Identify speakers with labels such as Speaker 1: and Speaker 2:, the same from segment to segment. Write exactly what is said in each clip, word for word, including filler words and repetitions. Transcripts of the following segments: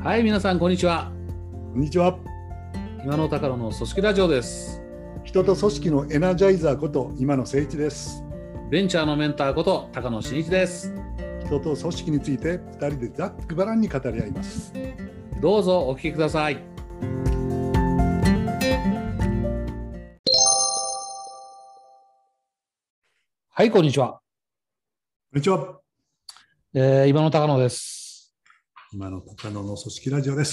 Speaker 1: はい、皆さんこんにちは。
Speaker 2: こんにちは。
Speaker 1: 今野高野の組織ラジオです。
Speaker 2: 人と組織のエナジャイザーこと今野誠一です。
Speaker 1: ベンチャーのメンターこと高野真一です。
Speaker 2: 人と組織についてふたりでざっくばらんに語り合います。
Speaker 1: どうぞお聞きください。はい、こんにちは。
Speaker 2: こんにちは。
Speaker 1: えー、今野高野です。
Speaker 2: 今野高野の組織ラジオです。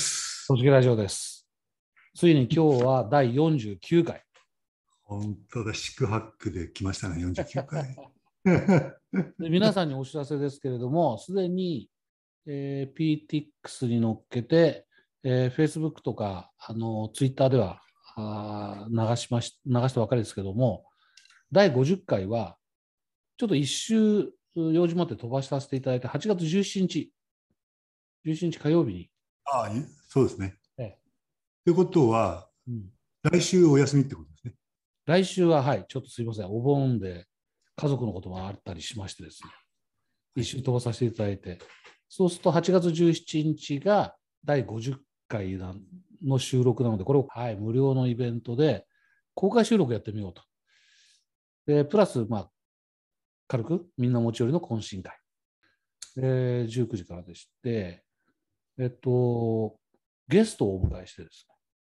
Speaker 1: 組織ラジオです。ついに今日はだいよんじゅうきゅうかい。
Speaker 2: 本当だ、四苦八苦で来ましたね、よんじゅうきゅうかい。
Speaker 1: で皆さんにお知らせですけれども、すでに、えー、ピーティックス に乗っけて、えー、Facebook とかあの Twitter ではあ流しまし流したばかりですけども、だいごじゅっかいはちょっと一周用事まで飛ばさせていただいて、はちがつじゅうしちにち、じゅうしちにち火曜日に。
Speaker 2: ああ、そうですね。
Speaker 1: ええ、
Speaker 2: ということは、うん、来週お休みってことですね。
Speaker 1: 来週は、はい、ちょっとすいません、お盆で家族のこともあったりしましてですね、一周飛ばさせていただいて、はい、そうするとはちがつじゅうしちにちがだいごじゅっかいの収録なので、これを、はい、無料のイベントで公開収録やってみようと。でプラス、まあ、軽くみんな持ち寄りの懇親会、えー、じゅうくじからでして、えっと、ゲストをお迎えしてです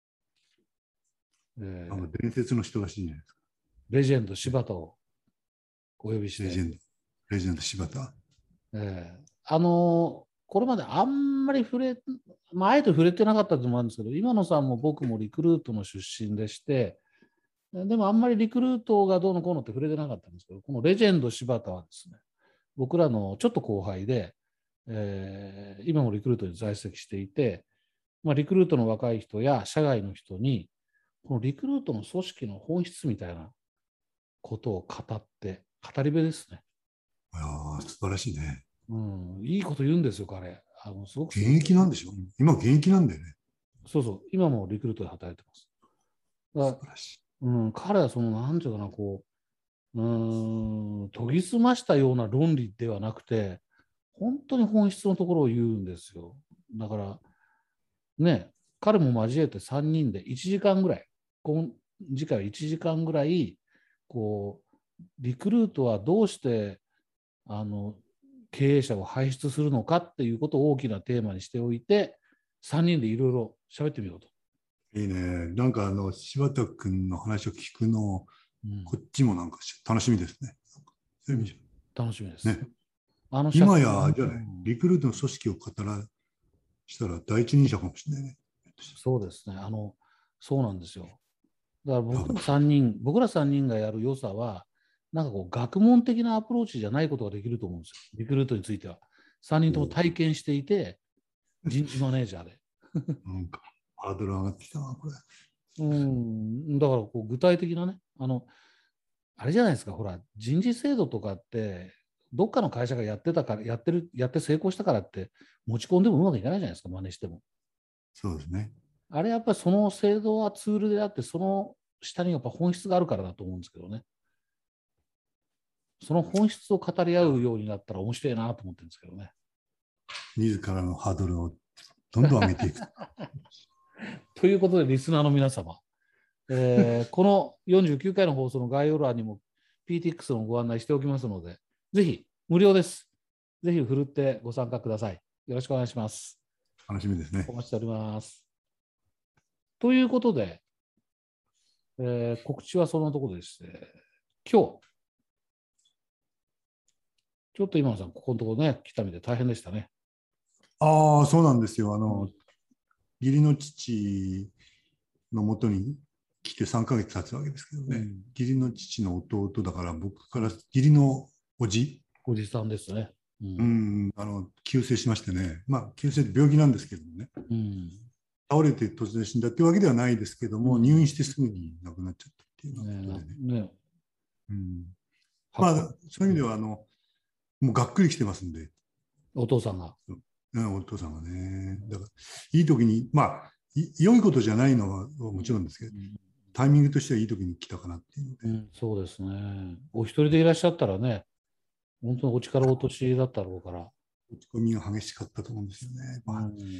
Speaker 1: ね、え
Speaker 2: ー、あの伝説の人らしいじゃないですか。
Speaker 1: レジェンド柴田をお呼びして、
Speaker 2: レジェンド、レジェンド柴田。
Speaker 1: えー、あのこれまであんまり触れ、まあ、あえて触れてなかったと思うんですけど、今野さんも僕もリクルートの出身でして、でもあんまりリクルートがどうのこうのって触れてなかったんですけど、このレジェンド柴田はですね、僕らのちょっと後輩で、えー、今もリクルートに在籍していて、まあ、リクルートの若い人や社外の人に、このリクルートの組織の本質みたいなことを語って、語り部ですね。
Speaker 2: いやー、素晴らしいね。
Speaker 1: うん、いいこと言うんですよ、彼。あのすごく
Speaker 2: 現役なんでしょ？今現役なんだよね。
Speaker 1: そうそう、今もリクルートで働いてます。だ
Speaker 2: 素晴らしい。
Speaker 1: うん、彼はその、なんていうかな、こう、うーん、研ぎ澄ましたような論理ではなくて、本当に本質のところを言うんですよ。だから、ね、彼も交えてさんにんでいちじかんぐらい、今次回はいちじかんぐらい、こう、リクルートはどうして、あの、経営者を輩出するのかっていうことを大きなテーマにしておいて、さんにんでいろいろ喋ってみようと。
Speaker 2: いいね。なんかあの柴田君の話を聞くの、うん、こっちもなんか楽しみですね。そういう意味じ
Speaker 1: ゃ、うん、楽しみです。
Speaker 2: ね、あの今やじゃない、リクルートの組織を語らしたら第一人者かもしれないね。
Speaker 1: そうですね。あのそうなんですよ。だから僕らさんにん、僕らさんにんがやる良さは、なんかこう学問的なアプローチじゃないことができると思うんですよ。リクルートについては。さんにんとも体験していて、人事マネージャーで。
Speaker 2: なんかハードル上がってきたな、これ。
Speaker 1: うん、だからこう具体的なね、あの、あれじゃないですか、ほら、人事制度とかって、どっかの会社がやってたから、やってる、やって成功したからって、持ち込んでもうまくいかないじゃないですか、真似しても。
Speaker 2: そうですね。
Speaker 1: あれやっぱりその制度はツールであって、その下にやっぱ本質があるからだと思うんですけどね。その本質を語り合うようになったら面白いなと思ってるんですけどね。
Speaker 2: 自らのハードルをどんどん上げていく。
Speaker 1: ということで、リスナーの皆様、えー、このよんじゅうきゅうかいの放送の概要欄にも ピーティックス のご案内しておきますので、ぜひ無料です。ぜひふるってご参加ください。よろしくお願いします。
Speaker 2: 楽しみですね。
Speaker 1: お待ちしております。ということで、えー、告知はそのところでして、今日、ちょっと今野さん、ここのところね、来たみで大変でしたね。
Speaker 2: ああ、そうなんですよ。あの、うん、義理の父のもとに来てさんかげつ経つわけですけどね、うん、義理の父の弟だから僕から義理のおじ
Speaker 1: おじさんですね。
Speaker 2: うん、うんあの急性しましてね、まあ急性って病気なんですけどもね、うん、倒れて突然死んだっていうわけではないですけども、うん、入院してすぐに亡くなっちゃったっていうことでね。ねうん、まあそういう意味ではあのもうがっくりきてますんで、
Speaker 1: お父さんが。
Speaker 2: うん、お父さんがね、だからいい時にまあ良いことじゃないのはもちろんですけど、うん、タイミングとしてはいい時に来たかなっていうので、
Speaker 1: うん、そうですね。お一人でいらっしゃったらね、本当にお力落としだったろうから。
Speaker 2: 落ち込みが激しかったと思うんですよね。まあ、うん、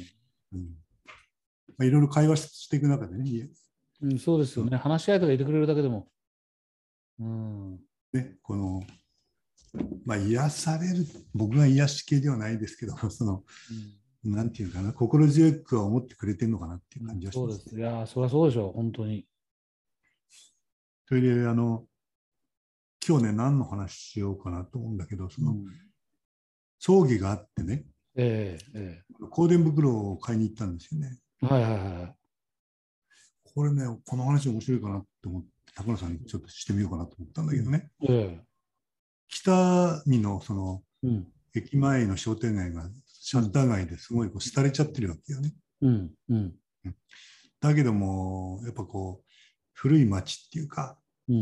Speaker 2: うん、まあ、いろいろ会話していく中でね、
Speaker 1: うん、そうですよね、話し相手がいてくれるだけでも、
Speaker 2: うんね、このまあ癒される、僕が癒し系ではないですけど、その、うん、なんていうかな、心強くは思ってくれてるのかなっていう感じがします、ね、
Speaker 1: うん、そうです。いや、そりゃそうでしょう、本当に。
Speaker 2: それで、あの、今日ね、何の話しようかなと思うんだけど、その、うん、葬儀があってね、
Speaker 1: えーえ
Speaker 2: ー、香典袋を買いに行ったんですよね。
Speaker 1: はいはいはい。
Speaker 2: これね、この話面白いかなと思って、高野さんにちょっとしてみようかなと思ったんだけどね。うん、えー、北見のその、うん、駅前の商店街がシャッター街ですごいこう廃れちゃってるわけよね。うんうんうん、だけども、やっぱこう、古い町っていうか、うんうん、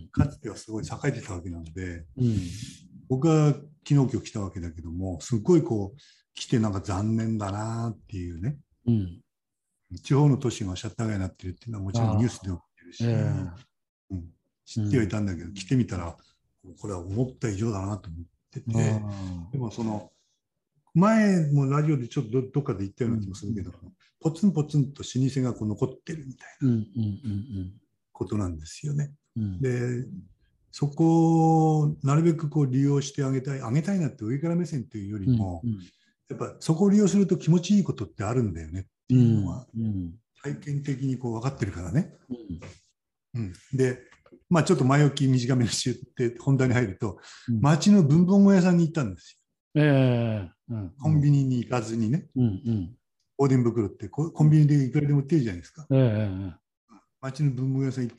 Speaker 2: かつてはすごい栄えてたわけなので、うん、僕は昨日今日来たわけだけども、すごいこう、来てなんか残念だなっていうね、うん、地方の都市がシャッター街になってるっていうのはもちろんニュースで起きてるし、えーうん、知ってはいたんだけど、うん、来てみたら、これは思った以上だなと思ってて、でもその、前もラジオでちょっと ど, どっかで言ったような気もするけど、うん、ポツンポツンと老舗がこう残ってるみたいなことなんですよね。うん、で、そこをなるべくこう利用してあげたい、あげたいなって上から目線というよりも、うんうん、やっぱそこを利用すると気持ちいいことってあるんだよねっていうのは、体験的にこう分かってるからね。うんうん、で、まあちょっと前置き短めにして本題に入ると、うん、町の文房具屋さんに行ったんですよ。えーうん、コンビニに行かずにね、うんうん、香典袋ってコンビニでいくらでも売ってるじゃないですか。えー、町の文房具屋さん行って、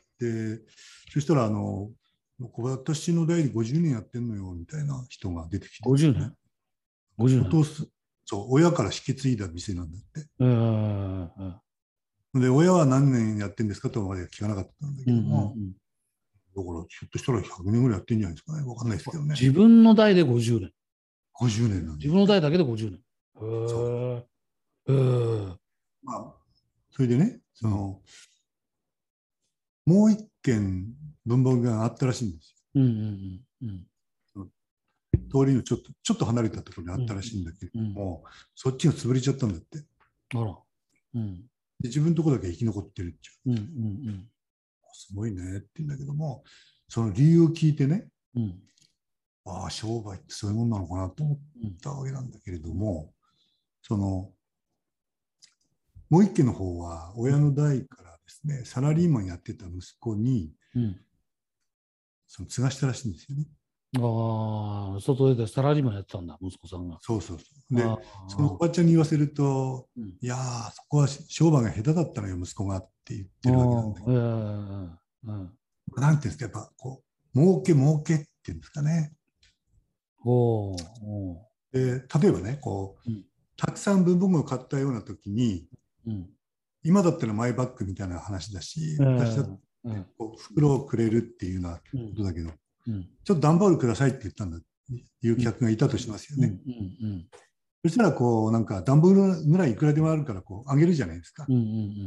Speaker 2: そしたらあの、私の代でごじゅうねんやってんのよみたいな人が出てきて、ね、
Speaker 1: ごじゅうねん ?ごじゅう 年
Speaker 2: そう、親から引き継いだ店なんだって。えー、で、親は何年やってんですかとまで聞かなかったんだけども、うんうんうん、だからひょっとしたらひゃくねんぐらいやってんじゃないですかね。わかんないですけどね。
Speaker 1: 自分の代でごじゅうねん。
Speaker 2: ごじゅうねんなん
Speaker 1: です。自分の代だけでごじゅうねん。へ
Speaker 2: そう。
Speaker 1: へー。
Speaker 2: まあ、それでね、その、うん、もう一軒文房具があったらしいんですよ。うんうんうんうん、通りのちょっとちょっと離れたところにあったらしいんだけれども、うん、そっちが潰れちゃったんだって。あら、うん、で自分のところだけ生き残ってるっていう、うんうんうん、すごいねって言うんだけども、その理由を聞いてね、うん、ああ商売ってそういうもんなのかなと思ったわけなんだけれども、うん、そのもう一家の方は親の代からですね、サラリーマンやってた息子に、うん、その継がしたらしいんですよね。ああ、外でサラリーマンやってたんだ、息子さんが。そうそうそう。で、そのおばちゃんに言わせると、うん、いやー、そこは商売が下手だったのよ、息子がって言ってるわけなんだけど。えーうん、なんていうんですか、やっぱこう、儲け儲けっていうんですかね。おおで例えばね、こう、うん、たくさん文房具を買ったような時に、うん、今だったらマイバッグみたいな話だし、うん、昔だってこう袋をくれるっていうようなことだけど、うんうん、ちょっと段ボールくださいって言ったんだっていう客がいたとしますよね。そしたらこうなんか段ボールぐらいいくらでもあるからこうあげるじゃないですか。うんうんうん、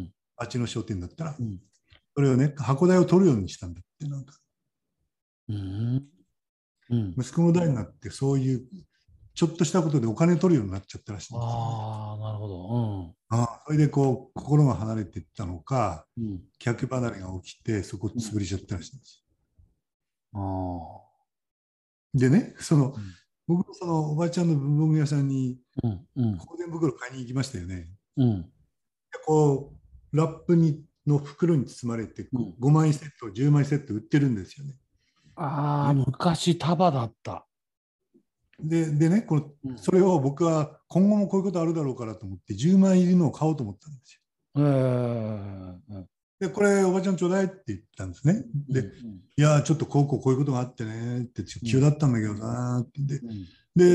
Speaker 2: あっちの商店だったら、うん、それをね箱代を取るようにしたんだってなんか、うんうん、息子の代になってそういうちょっとしたことでお金取るようになっちゃったらしいんですよ、ね。ああ、なるほど。うん、あそれでこう心が離れていったのか、うん、客離れが起きてそこ潰れちゃったらしいんですよ。うん、あでね、その、うん、僕もそのおばちゃんの文房具屋さんに香典袋買いに行きましたよね。うん、でこうラップにの袋に包まれてごまいセット、じゅうまいセット売ってるんですよね。ああ、ね、昔束だった。で, でねこの、それを僕は今後もこういうことあるだろうからと思ってじゅうまい入りのを買おうと思ったんですよ。えー、でこれおばちゃんちょうだいって言ったんですね。で、うんうん、いやちょっとこうこうこういうことがあってねって急だったんだけどなって言って、うん、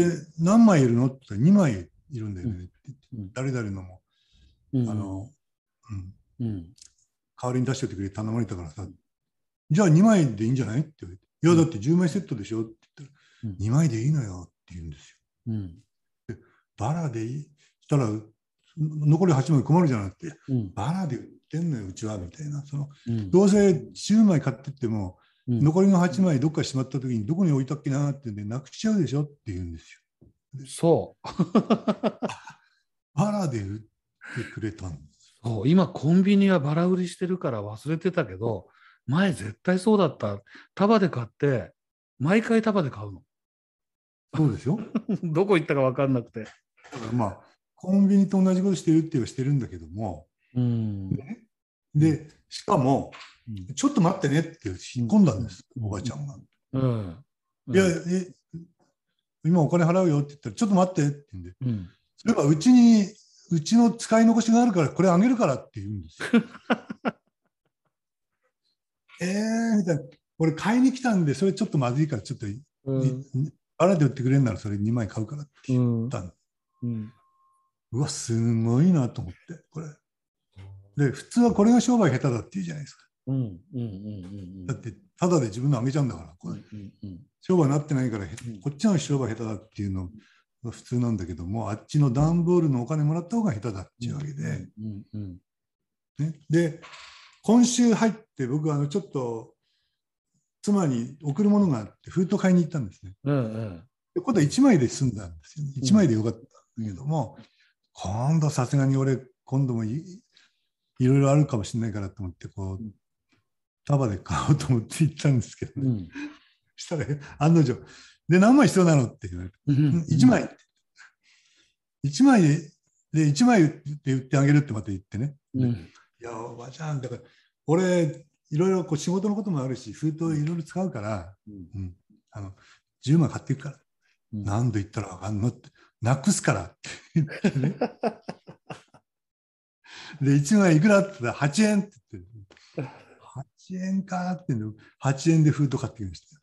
Speaker 2: で何枚いるのって言ったらにまいいるんだよねって言って、うん、誰々のも、うん、あの、うんうん、代わりに出しておいてくれ頼まれたからさ、じゃあにまいでいいんじゃないって言われて、いやだってじゅうまいセットでしょって言ったら、うん、にまいでいいのよって言うんですよ。うん、でバラでいいしたら残りはちまい困るじゃなくて、うん、バラで売ってんのようちはみたいな、その、うん、どうせじゅうまい買ってっても、うん、残りのはちまいどっかしまった時にどこに置いたっけなってんでなくしちゃうでしょって言うんですよ。そうバラで売ってくれたんです。
Speaker 1: そう、今コンビニはバラ売りしてるから忘れてたけど、前絶対そうだった。束で買って、毎回束で買うの。
Speaker 2: そうですよ。
Speaker 1: どこ行ったか分かんなくて。
Speaker 2: だからまあ、コンビニと同じことしてるって言えばしてるんだけども、
Speaker 1: うん、
Speaker 2: ね、で、しかも、うん、ちょっと待ってねって引っ込んだんです、うん、おばちゃんが。うんうん、いやえ、今お金払うよって言ったら、ちょっと待ってって言うんで、うん、それはうちに、うちの使い残しがあるから、これあげるからって言うんですよ。えーみたいな。俺買いに来たんで、それちょっとまずいから、ちょっと、うん、バラで売ってくれるならそれにまい買うからって言ったん、うんうん、うわ、すごいなと思って、これ。で、普通はこれが商売下手だって言うじゃないですか。だって、ただで自分のあげちゃうんだから、これ。うんうんうん、商売になってないから、こっちの商売下手だっていうのが普通なんだけども、あっちの段ボールのお金もらった方が下手だっていうわけで。ね、で、今週入って、僕、あの、ちょっと、妻に送るものがあって、封筒買いに行ったんですね。うんうん、で今度はいちまいで済んだんですよね。いちまいでよかったんだけども、うん、今度さすがに俺、今度もいいろいろあるかもしれないからと思って、こう、束で買おうと思って行ったんですけど、ね、うん、したら、案の定、で、何枚必要なのって言われて、うん、いちまい。いちまいで、いちまいって言ってあげるってまた言ってね。うん、いや、おばちゃん、だから、俺、いろいろこう仕事のこともあるし、封筒いろいろ使うから、うんうん、あのじゅうまい買っていくから、うん、何度言ったら分かんのって、なくすからって言ってね。で、いちまいいくらって言ったらはちえんって言って、はちえんかっていうの、はちえんで封筒買ってきました。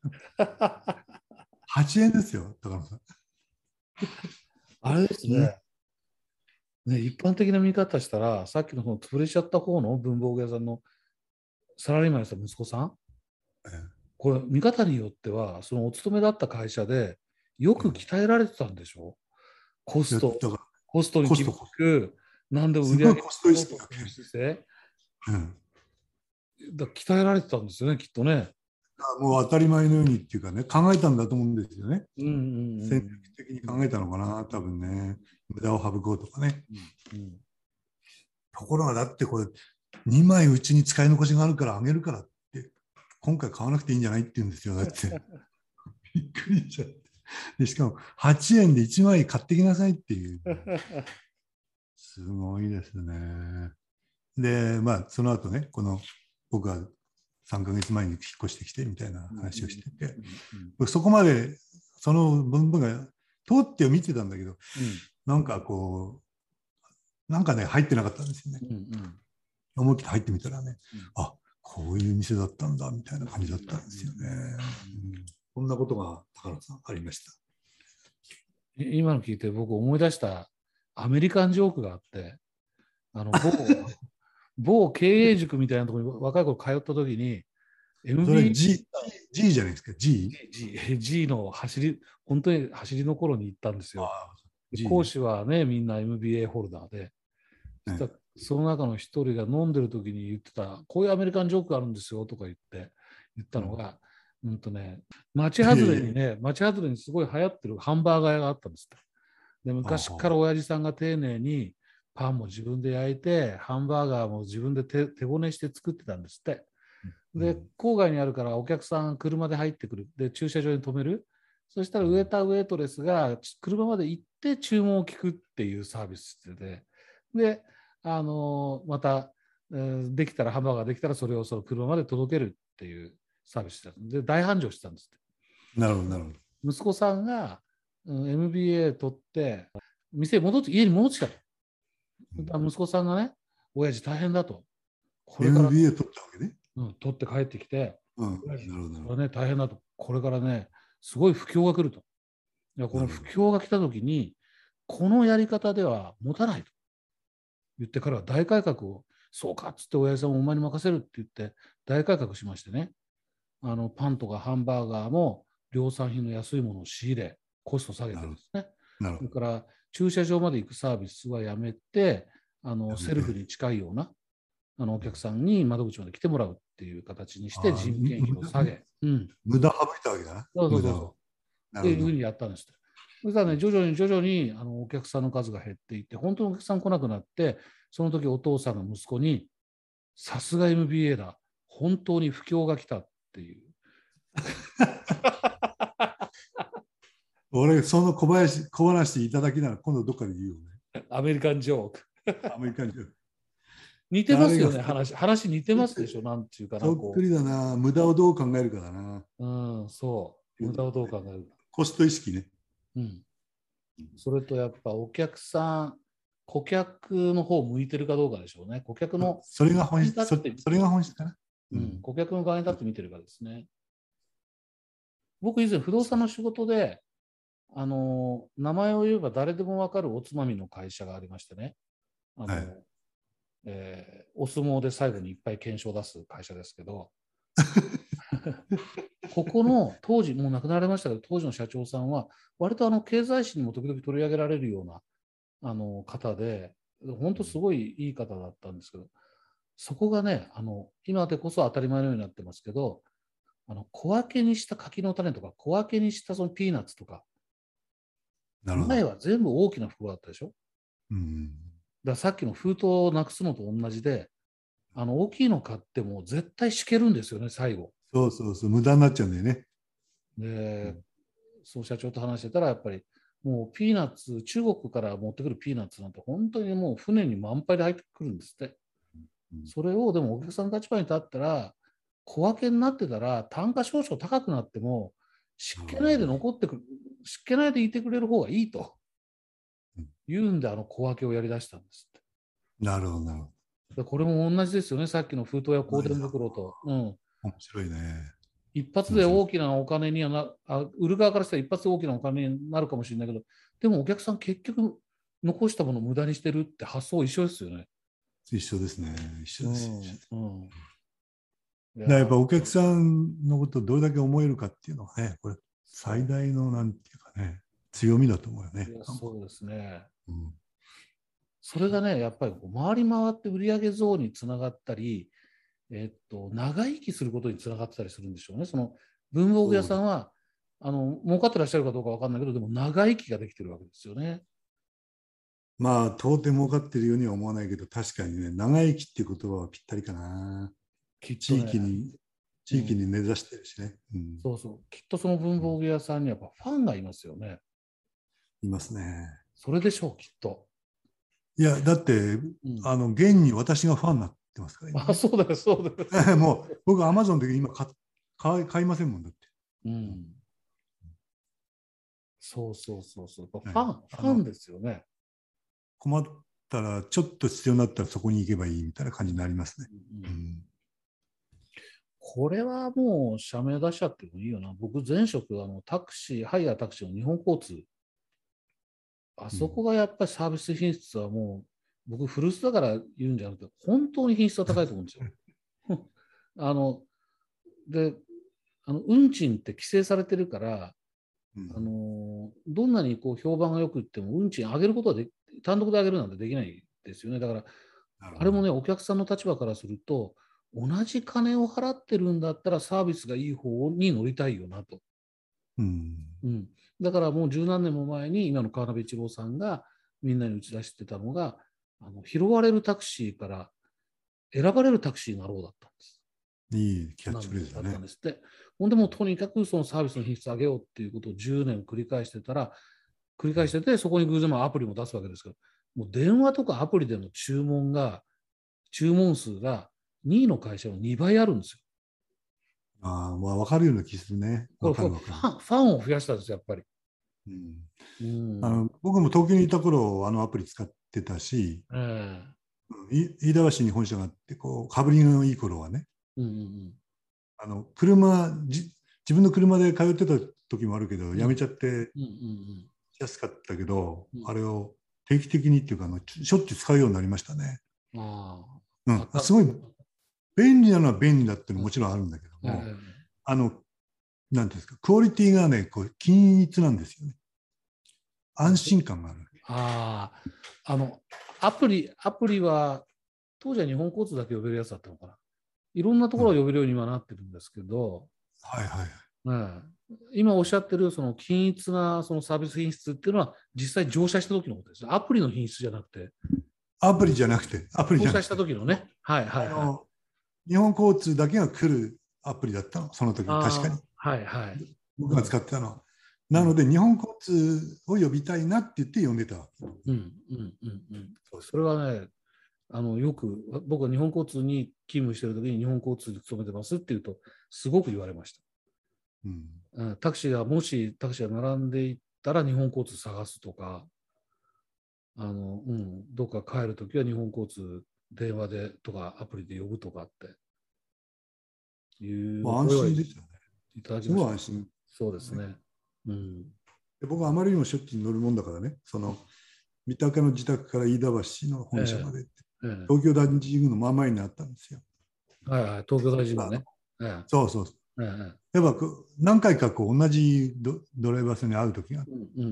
Speaker 2: はちえんですよ、高野さん。
Speaker 1: あれですね。ね、一般的な見方したら、さっきのその潰れちゃった方の文房具屋さんのサラリーマンやった息子さん、ええ、これ見方によってはそのお勤めだった会社でよく鍛えられてたんでしょ、うん、コストコストに厳しく何でも売り上げ
Speaker 2: コスト意識が
Speaker 1: 姿勢、うん、だ鍛えられてたんですよね、きっとね。
Speaker 2: もう当たり前のようにっていうかね、考えたんだと思うんですよね。うんうんうん、戦略的に考えたのかな、多分ね。無駄を省こうとかね。うんうん、ところがだってこれにまいうちに使い残しがあるからあげるからって今回買わなくていいんじゃないって言うんですよ。だってびっくりしちゃって。でしかもはちえんでいちまい買ってきなさいっていう。すごいですね。で、まあその後ね、この僕がさんかげつまえに引っ越してきてみたいな話をしてて、そこまでその文文が通ってを見てたんだけど、うん、なんかこうなんかね入ってなかったんですよね。うんうん、思い切って入ってみたらね、うん、あ、こういう店だったんだみたいな感じだったんですよね。うん、こんなことが高野さんありました。
Speaker 1: 今の聞いて僕思い出したアメリカンジョークがあって、あの某某経営塾みたいなところに若い頃通った時に エムビーエー
Speaker 2: G, G じゃないですか
Speaker 1: G? G, G の走り本当に走りの頃に行ったんですよ。講師はねみんな エムビーエー ホルダーで、ね、その中の一人が飲んでる時に言ってたこういうアメリカンジョークがあるんですよとか言って言ったのが、うん、うんとね町外れにね町外れにすごい流行ってるハンバーガー屋があったんですって。で昔から親父さんが丁寧にパンも自分で焼いてハンバーガーも自分で 手, 手ごねして作ってたんですって。で郊外にあるからお客さん車で入ってくるで駐車場に止める、そしたらウェーターウェイトレスが車まで行って注文を聞くっていうサービスしてて、であのまた、えー、できたらハンバーガーできたらそれをその車まで届けるっていうサービスしてたで大繁盛してたんですって。
Speaker 2: なるほどなるほど。
Speaker 1: 息子さんが、うん、エムビーエー 取って店に戻って家に戻ってきたと。だ息子さんがね親父大変だと
Speaker 2: これから、エムビーエー 取ったわけね、
Speaker 1: うん、取って帰ってきて、
Speaker 2: うん、なるほど
Speaker 1: これね大変だとこれからねすごい不況が来ると。いやこの不況が来た時にこのやり方では持たないと言って彼は大改革をそうかっつって親父さんをお前に任せるって言って大改革しましてね、あのパンとかハンバーガーも量産品の安いものを仕入れコスト下げてるんですね。それから駐車場まで行くサービスはやめてあのセルフに近いようなあのお客さんに窓口まで来てもらうっていう形にして人件費を下げ、
Speaker 2: うん、無駄省いたわけだな。
Speaker 1: そうそうそうそうっていうふうにやったんです。そしたらね徐々に徐々にあのお客さんの数が減っていって本当のお客さん来なくなってその時お父さんが息子に、さすが エムビーエー だ、本当に不況が来たっていう。
Speaker 2: 俺、その小林、小話いただきなら今度どっかで言うよね。
Speaker 1: アメリカンジョーク。
Speaker 2: アメリカンジョーク。
Speaker 1: 似てますよね、話。話似てますでしょ、なんていうかな。
Speaker 2: そっくりだな。無駄をどう考えるかだな。
Speaker 1: うん、そう。無駄をどう考えるか。
Speaker 2: コスト意識ね。
Speaker 1: うん。それとやっぱお客さん、顧客の方向いてるかどうかでしょうね。顧客の。
Speaker 2: それが本質、そそれが本質かな。
Speaker 1: うん、顧客の側に立って見てるかですね。僕以前不動産の仕事で、あの名前を言えば誰でも分かるおつまみの会社がありましてね、あの、はいえー、お相撲で最後にいっぱい懸賞を出す会社ですけどここの当時もう亡くなられましたけど、当時の社長さんは割とあの経済誌にも時々取り上げられるようなあの方で、本当すごいいい方だったんですけど、そこがね、あの今でこそ当たり前のようになってますけど、あの小分けにした柿の種とか小分けにしたそのピーナッツとか、前は全部大きな袋だったでしょ。うん、だからさっきの封筒をなくすのと同じで、あの大きいの買っても絶対しけるんですよね、最後。
Speaker 2: そうそうそう、無駄になっちゃうんだよね。
Speaker 1: で、うん、そう社長と話してたら、やっぱりもうピーナッツ、中国から持ってくるピーナッツなんて本当にもう船に満杯で入ってくるんですって。うん、それをでもお客さんの立場に立ったら、小分けになってたら単価少々高くなっても湿気ないで残ってくる、湿気ないでいてくれる方がいいと言うんで、あの小分けをやりだしたんですって。
Speaker 2: なるほどなるほ
Speaker 1: ど。これも同じですよね、さっきの封筒や香典袋と。うん、
Speaker 2: 面白いね。
Speaker 1: 一発で大きなお金にはなあ、売る側からしたら一発で大きなお金になるかもしれないけど、でもお客さん結局残したものを無駄にしてるって発想一緒ですよね。
Speaker 2: 一緒ですね。一緒です。
Speaker 1: うんうん、
Speaker 2: だからやっぱお客さんのことをどれだけ思えるかっていうのはね、これ最大のなんていうかね、強みだと思うよね。
Speaker 1: そうですね。
Speaker 2: うん、
Speaker 1: それがね、やっぱり回り回って売上増につながったり、えっと、長生きすることにつながってたりするんでしょうね。その文房具屋さんは、あの儲かってらっしゃるかどうか分かんないけど、でも長生きができてるわけですよね。
Speaker 2: まあ、到底儲かってるようには思わないけど、確かにね、長生きっていう言葉はぴったりかな。
Speaker 1: きっとね、
Speaker 2: 地域に、地域に根ざしてるしね、
Speaker 1: うんうん。そうそう。きっとその文房具屋さんにはやっぱファンがいますよね。
Speaker 2: いますね。
Speaker 1: それでしょう、きっと。
Speaker 2: いや、だって、うん、あの、現に私がファンになってますから、ね。
Speaker 1: あ、そうだよ、そうだ
Speaker 2: よ。もう、僕、アマゾンで今買、買いませんもんだって。
Speaker 1: うん。そうそうそうそう。ファン、はい、ファンですよね。
Speaker 2: 困ったら、ちょっと必要になったらそこに行けばいいみたいな感じになりますね。うんうん、
Speaker 1: これはもう社名出しちゃってもいいよな。僕、前職、あのタクシー、ハイヤータクシーの日本交通。あそこがやっぱりサービス品質はもう、僕、古巣だから言うんじゃなくて、本当に品質は高いと思うんですよ。あの、で、あの運賃って規制されてるから、うん、あのどんなにこう評判がよくっても運賃上げることはで単独で上げるなんてできないですよね。だからあれもね、お客さんの立場からすると、同じ金を払ってるんだったらサービスがいい方に乗りたいよなと。うんうん、だからもう十何年も前に今の川辺一郎さんがみんなに打ち出してたのが、あの拾われるタクシーから選ばれるタクシーになろうだったんです。
Speaker 2: いいキャッチフレーズだね。
Speaker 1: だったんですって。ほんでもうとにかくそのサービスの品質を上げようっていうことをじゅうねん繰り返してたら、繰り返してて、そこに偶然アプリも出すわけですけど、もう電話とかアプリでの注文が、注文数がにいの会社のにばいあるんですよ。
Speaker 2: ああ、まあ分かるような気するね。
Speaker 1: これファン、ファンを増やしたんですよ、やっぱり。
Speaker 2: うんうん、あの僕も東京にいた頃、あのアプリ使ってたし、えー、飯田橋に本社があって、こう、かぶりのいい頃はね、うんうんうん、あの車じ、自分の車で通ってた時もあるけど、うん、やめちゃって、安かったけど、うんうんうん、あれを定期的にっていうかあの、しょっちゅう使うようになりましたね。あうん、すごい便利なのは便利だっていうのはもちろんあるんだけども、うん、あの、なんていうんですか、クオリティがね、こう均一なんですよね。安心感がある。
Speaker 1: ああ、あの、アプリ、アプリは、当時は日本交通だけ呼べるやつだったのかな。いろんなところを呼べるようにはなってるんですけど、
Speaker 2: うん、はいはい。
Speaker 1: ね、今おっしゃってるその均一なそのサービス品質っていうのは実際乗車した時のことです。アプリの品質じゃなくて、
Speaker 2: アプリじゃなくて、アプリじゃなくて。
Speaker 1: した時のね。はいはい、はい。
Speaker 2: 日本交通だけが来るアプリだったの、その時に。確かに。
Speaker 1: はいはい。
Speaker 2: 僕が使ってたのは。なので、日本交通を呼びたいなって言って呼んでたわけ。
Speaker 1: うんうんうんうん。それはね、あのよく僕は日本交通に勤務している時に日本交通で勤めてますって言うとすごく言われました。うん、タクシーがもしタクシーが並んでいったら日本交通探すとか、あの、うん、どっか帰る時は日本交通電話でとかアプリで呼ぶとかっていう
Speaker 2: まあ、安心ですよね。
Speaker 1: いただきました。
Speaker 2: すごい安心。
Speaker 1: そうですね。うん、
Speaker 2: で僕はあまりにもしょっちゅう乗るもんだからね、その三鷹の自宅から飯田橋の本社まで、えーえー、東京大神宮の真ん前にあったんですよ。
Speaker 1: はいはい、東京大神宮ね。
Speaker 2: えー、そうそうそう。えー、やっぱ何回かこう同じ ド, ドライバーさんに会うときがあって、うんうんうん、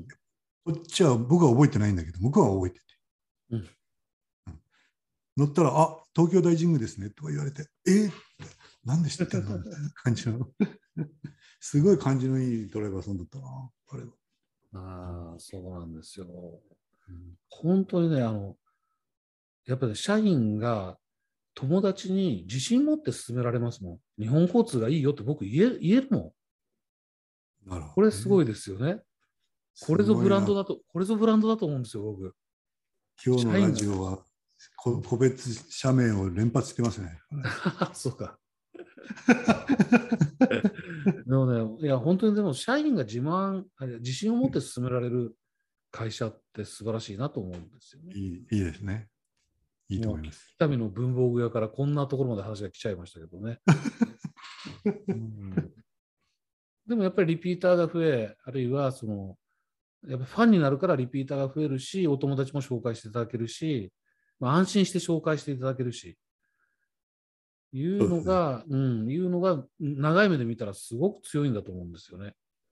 Speaker 2: こっちは僕は覚えてないんだけど、向こうは覚えてて。うんうん、乗ったら、あ、東京大神宮ですねとか言われて、えー、なんで知ってんのみたいな感じの。すごい感じのいいドライバーさんだったな、あれは。
Speaker 1: ああ、そうなんですよ。うん、本当にね、あの、やっぱり社員が友達に自信持って勧められますもん。日本交通がいいよって僕言え、言えるもん。なるほどね、これすごいですよね。これぞブランドだと、これぞブランドだと思うんですよ、僕。
Speaker 2: 今日のラジオは個別社名を連発してますね。
Speaker 1: そうか。でもね、いや、本当にでも、社員が自慢、自信を持って進められる会社って素晴らしいなと思うんですよね。
Speaker 2: いい、いいですね。いいと思います。
Speaker 1: 北見の文房具屋からこんなところまで話が来ちゃいましたけどね。うん、でもやっぱりリピーターが増え、あるいはその、やっぱファンになるからリピーターが増えるし、お友達も紹介していただけるし、まあ、安心して紹介していただけるし、いうのが、う、ね、うん、いうのが長い目で見たらすごく強いんだと思うんですよね。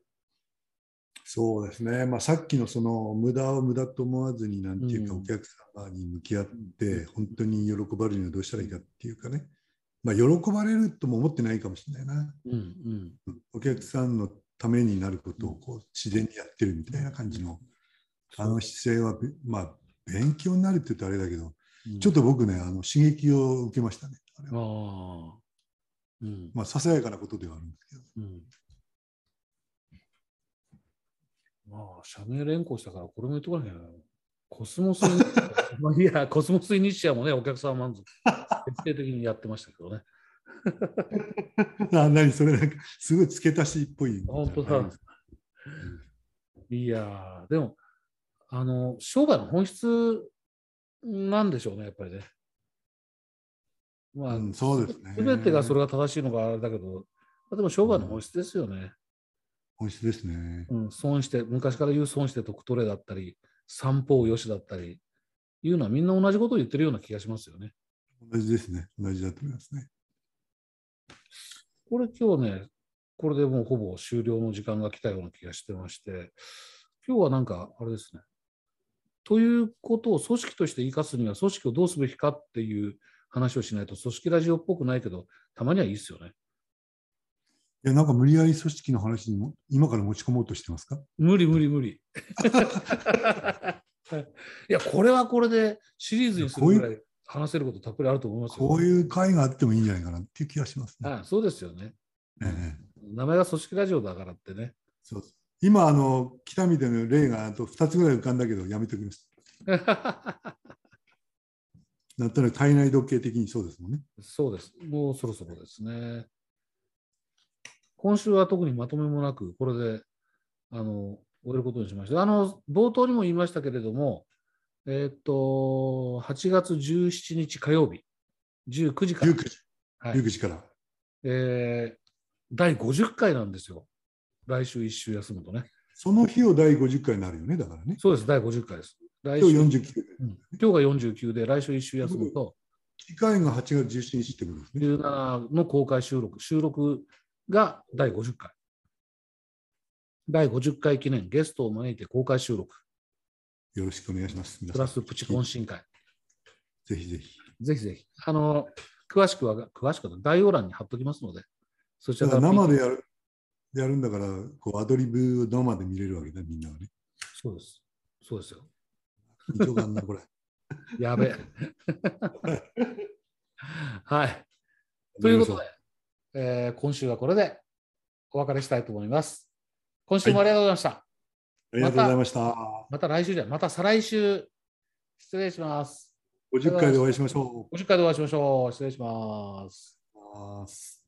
Speaker 2: そうですね、まあ、さっきのその無駄を無駄と思わずになんていうか、うん、お客様に向き合って本当に喜ばれるにはどうしたらいいかっていうかね、まあ、喜ばれるとも思ってないかもしれないな、うんうん、お客さんのためになることをこう自然にやってるみたいな感じの、あの姿勢は、まあ、勉強になるって言うとあれだけど、うん、ちょっと僕ねあの刺激を受けましたね、あれは。あ、うん、まあささやかなことではあるんですけど、うん、まあ社名連行したからこれも言っとかなきゃいけない。コスモスイニシアまあいやコスモスイニシアもね、お客さん満足徹底的にやってましたけどね。 あ、何それ、なんかすごい付け足しっぽい。
Speaker 1: 本当だ。うん、いやでもあの商売の本質なんでしょうね、やっぱりね。まあ、うん、そうですね。全てがそれが正しいのがあれだけど、でも商売の本質ですよね。うん、
Speaker 2: 本質ですね。
Speaker 1: うん、損して、昔から言う損して得取れだったり、三方よしだったり、いうのはみんな同じことを言ってるような気がしますよね。
Speaker 2: 同じですね。同じだと思いますね。
Speaker 1: これ今日ね、これでもうほぼ終了の時間が来たような気がしてまして、今日はなんかあれですね。ということを組織として生かすには組織をどうすべきかっていう話をしないと組織ラジオっぽくないけど、たまにはいいですよね。
Speaker 2: いや、なんか無理やり組織の話にも今から持ち込もうとしてますか？
Speaker 1: 無理無理無理。いや、これはこれでシリーズにするぐらい話せることたっぷりあると思いますよ。
Speaker 2: こういう会があってもいいんじゃないかなっていう気がしますね。
Speaker 1: ああ、そうですよね。ええ、名前が組織ラジオだからってね。
Speaker 2: そうそう、今、あの北見での例があとふたつぐらい浮かんだけど、やめておきます。なんとなく体内時計的にそうですもんね。
Speaker 1: そうです。もうそろそろですね。今週は特にまとめもなく、これであの終えることにしました。あの冒頭にも言いましたけれども、えっと、はちがつじゅうしちにち火曜日、じゅうくじから。
Speaker 2: じゅうくじ、はい、じゅうくじから。
Speaker 1: えー、だいごじゅっかいなんですよ。来週いっ週休むとね。
Speaker 2: その日をだいごじゅっかいになるよね、だからね。
Speaker 1: そうです、だいごじゅっかいです。
Speaker 2: 来週今日よんじゅうきゅう、
Speaker 1: うん。今日がよんじゅうきゅうで、来週いっ週休むと。
Speaker 2: 機会がはちがつじゅうしちにちってことですね。
Speaker 1: じゅうななの公開収録、収録がだいごじゅっかい。だいごじゅっかい記念、ゲストを招いて公開収録。
Speaker 2: よろしくお願いします。
Speaker 1: プラスプチ懇親会。
Speaker 2: ぜひぜひ。
Speaker 1: ぜひぜひ。あの、詳しくは、詳しくは概要欄に貼っときますので、そちら
Speaker 2: から生でやる、やるんだから、こうアドリブを生で見れるわけだ、みんながね。
Speaker 1: そうです。そうですよ。
Speaker 2: 緊張感な、これ。
Speaker 1: やべえ。はい。ということで、えー、今週はこれでお別れしたいと思います。今週もありがとうございました。はい、
Speaker 2: ありがとうございました。
Speaker 1: また来週じゃ、また再来週、失礼します。
Speaker 2: ごじゅっかいでお会いしましょう。
Speaker 1: ごじゅっかいでお会いしましょう。失礼します。